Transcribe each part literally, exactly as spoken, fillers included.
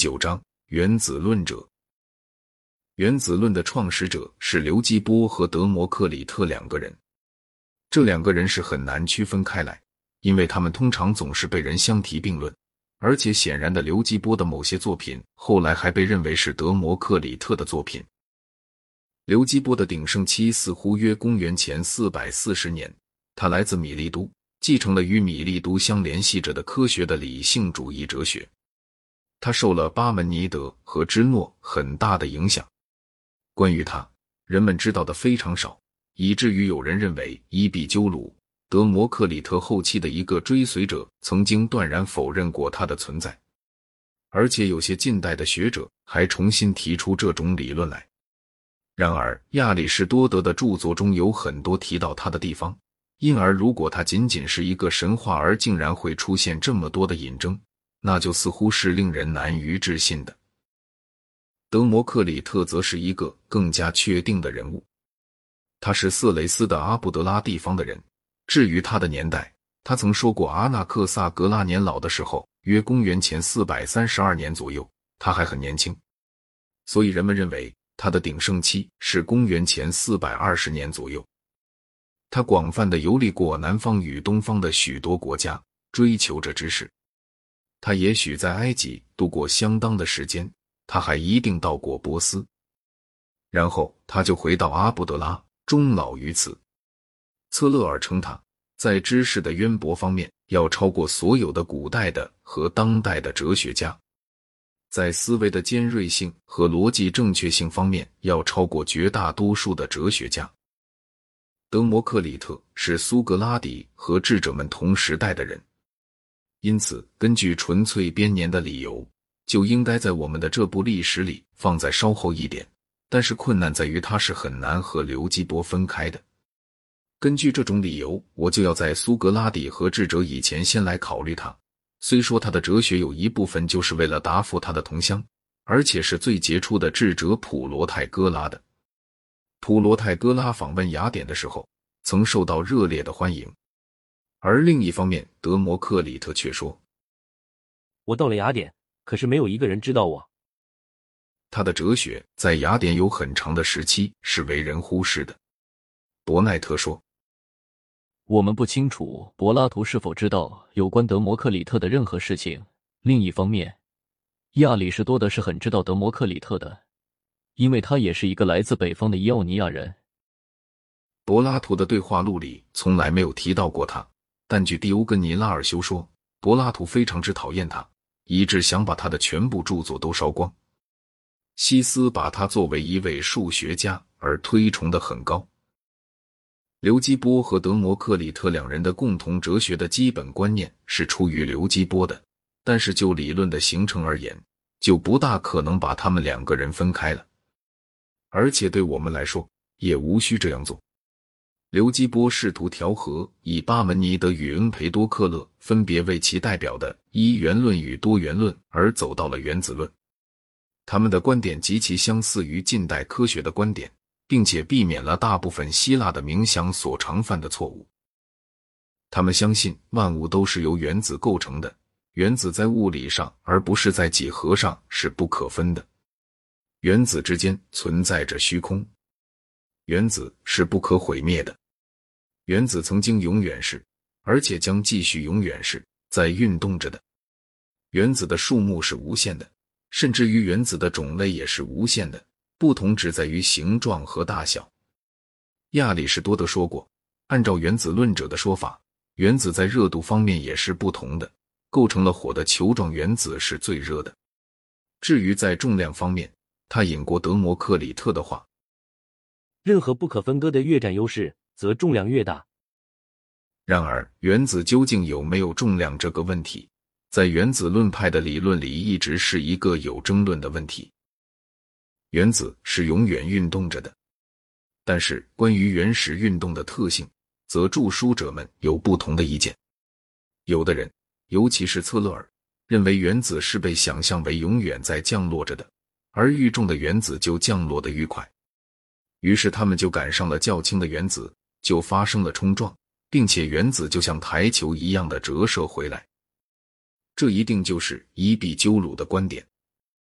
九章原子论者。原子论的创始者是刘基波和德谟克里特两个人。这两个人是很难区分开来，因为他们通常总是被人相提并论，而且显然的刘基波的某些作品后来还被认为是德谟克里特的作品。刘基波的鼎盛期似乎约公元前四百四十年，他来自米利都，继承了与米利都相联系着的科学的理性主义哲学。他受了巴门尼德和芝诺很大的影响。关于他，人们知道的非常少，以至于有人认为伊壁鸠鲁，德谟克里特后期的一个追随者，曾经断然否认过他的存在。而且有些近代的学者还重新提出这种理论来。然而亚里士多德的著作中有很多提到他的地方，因而如果他仅仅是一个神话而竟然会出现这么多的引证，那就似乎是令人难于置信的。德谟克里特则是一个更加确定的人物，他是色雷斯的阿布德拉地方的人。至于他的年代，他曾说过阿纳克萨格拉年老的时候约公元前四百三十二年左右，他还很年轻，所以人们认为他的鼎盛期是公元前四百二十年左右。他广泛地游历过南方与东方的许多国家，追求着知识。他也许在埃及度过相当的时间，他还一定到过波斯。然后他就回到阿布德拉，终老于此。策勒尔称他在知识的渊博方面要超过所有的古代的和当代的哲学家，在思维的尖锐性和逻辑正确性方面要超过绝大多数的哲学家。德谟克里特是苏格拉底和智者们同时代的人，因此根据纯粹编年的理由，就应该在我们的这部历史里放在稍后一点，但是困难在于它是很难和刘基波分开的。根据这种理由，我就要在苏格拉底和智者以前先来考虑他。虽说他的哲学有一部分就是为了答复他的同乡，而且是最杰出的智者普罗泰戈拉的。普罗泰戈拉访问雅典的时候，曾受到热烈的欢迎。而另一方面，德谟克里特却说， 我到了雅典，可是没有一个人知道我。 他的哲学在雅典有很长的时期是为人忽视的。伯奈特说， 我们不清楚柏拉图是否知道有关德谟克里特的任何事情。另一方面，亚里士多德是很知道德谟克里特的，因为他也是一个来自北方的伊奥尼亚人。 柏拉图的对话录里从来没有提到过他，但据狄欧根尼拉尔修说，柏拉图非常之讨厌他，以致想把他的全部著作都烧光。西斯把他作为一位数学家而推崇得很高。刘基波和德谟克里特两人的共同哲学的基本观念是出于刘基波的，但是就理论的形成而言，就不大可能把他们两个人分开了。而且对我们来说，也无需这样做。刘基波试图调和以巴门尼德与恩培多克勒分别为其代表的一元论与多元论而走到了原子论。他们的观点极其相似于近代科学的观点，并且避免了大部分希腊的冥想所常犯的错误。他们相信万物都是由原子构成的，原子在物理上而不是在几何上是不可分的。原子之间存在着虚空，原子是不可毁灭的。原子曾经永远是，而且将继续永远是在运动着的。原子的数目是无限的，甚至于原子的种类也是无限的，不同只在于形状和大小。亚里士多德说过，按照原子论者的说法，原子在热度方面也是不同的，构成了火的球状原子是最热的。至于在重量方面，他引过德谟克里特的话， 任何不可分割的越占优势，则重量越大。 然而，原子究竟有没有重量这个问题，在原子论派的理论里一直是一个有争论的问题。原子是永远运动着的，但是关于原始运动的特性，则著书者们有不同的意见。有的人，尤其是策勒尔，认为原子是被想象为永远在降落着的，而愈重的原子就降落得愈快。于是他们就赶上了较轻的原子，就发生了冲撞，并且原子就像台球一样的折射回来。这一定就是伊壁鸠鲁的观点。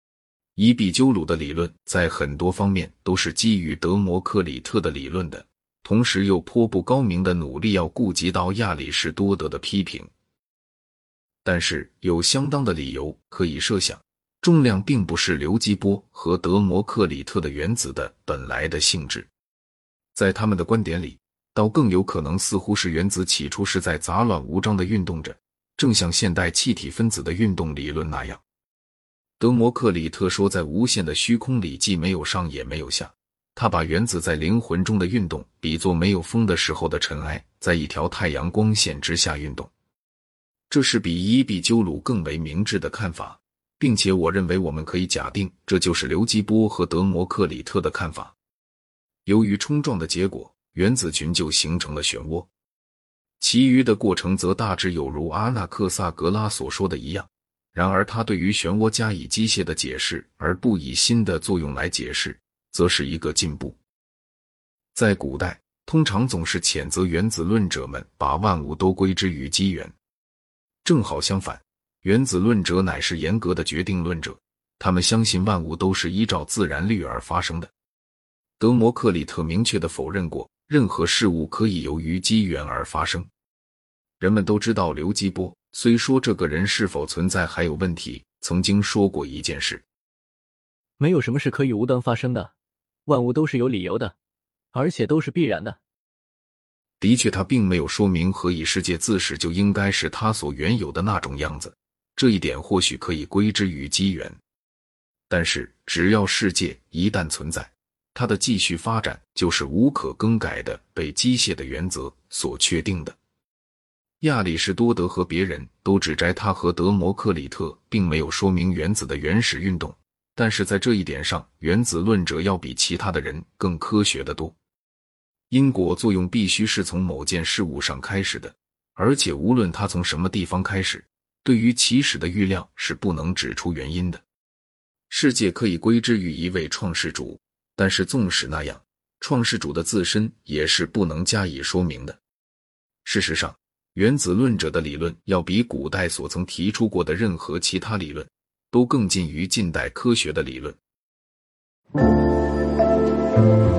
伊壁鸠鲁的理论在很多方面都是基于德谟克里特的理论的，同时又颇不高明的努力要顾及到亚里士多德的批评。但是有相当的理由可以设想，重量并不是刘基波和德谟克里特的原子的本来的性质。在他们的观点里，倒更有可能似乎是原子起初是在杂乱无章地运动着，正像现代气体分子的运动理论那样。德谟克里特说，在无限的虚空里既没有上也没有下，他把原子在灵魂中的运动比作没有风的时候的尘埃在一条太阳光线之下运动。这是比伊壁鸠鲁更为明智的看法，并且我认为我们可以假定这就是刘基波和德谟克里特的看法。由于冲撞的结果，原子群就形成了漩涡，其余的过程则大致有如阿纳克萨格拉所说的一样。然而他对于漩涡加以机械的解释，而不以心的作用来解释，则是一个进步。在古代，通常总是谴责原子论者们把万物都归之于机缘。正好相反，原子论者乃是严格的决定论者，他们相信万物都是依照自然律而发生的。德谟克里特明确地否认过任何事物可以由于机缘而发生。人们都知道刘基波虽说这个人是否存在还有问题，曾经说过一件事： 没有什么是可以无端发生的，万物都是有理由的，而且都是必然的。 的确，他并没有说明何以世界自始就应该是他所原有的那种样子，这一点或许可以归之于机缘。但是只要世界一旦存在，它的继续发展就是无可更改的，被机械的原则所确定的。亚里士多德和别人都指摘他和德谟克里特并没有说明原子的原始运动，但是在这一点上，原子论者要比其他的人更科学得多。因果作用必须是从某件事物上开始的，而且无论它从什么地方开始，对于起始的预料是不能指出原因的。世界可以归之于一位创世主，但是纵使那样，创世主的自身也是不能加以说明的。事实上，原子论者的理论要比古代所曾提出过的任何其他理论都更近于近代科学的理论。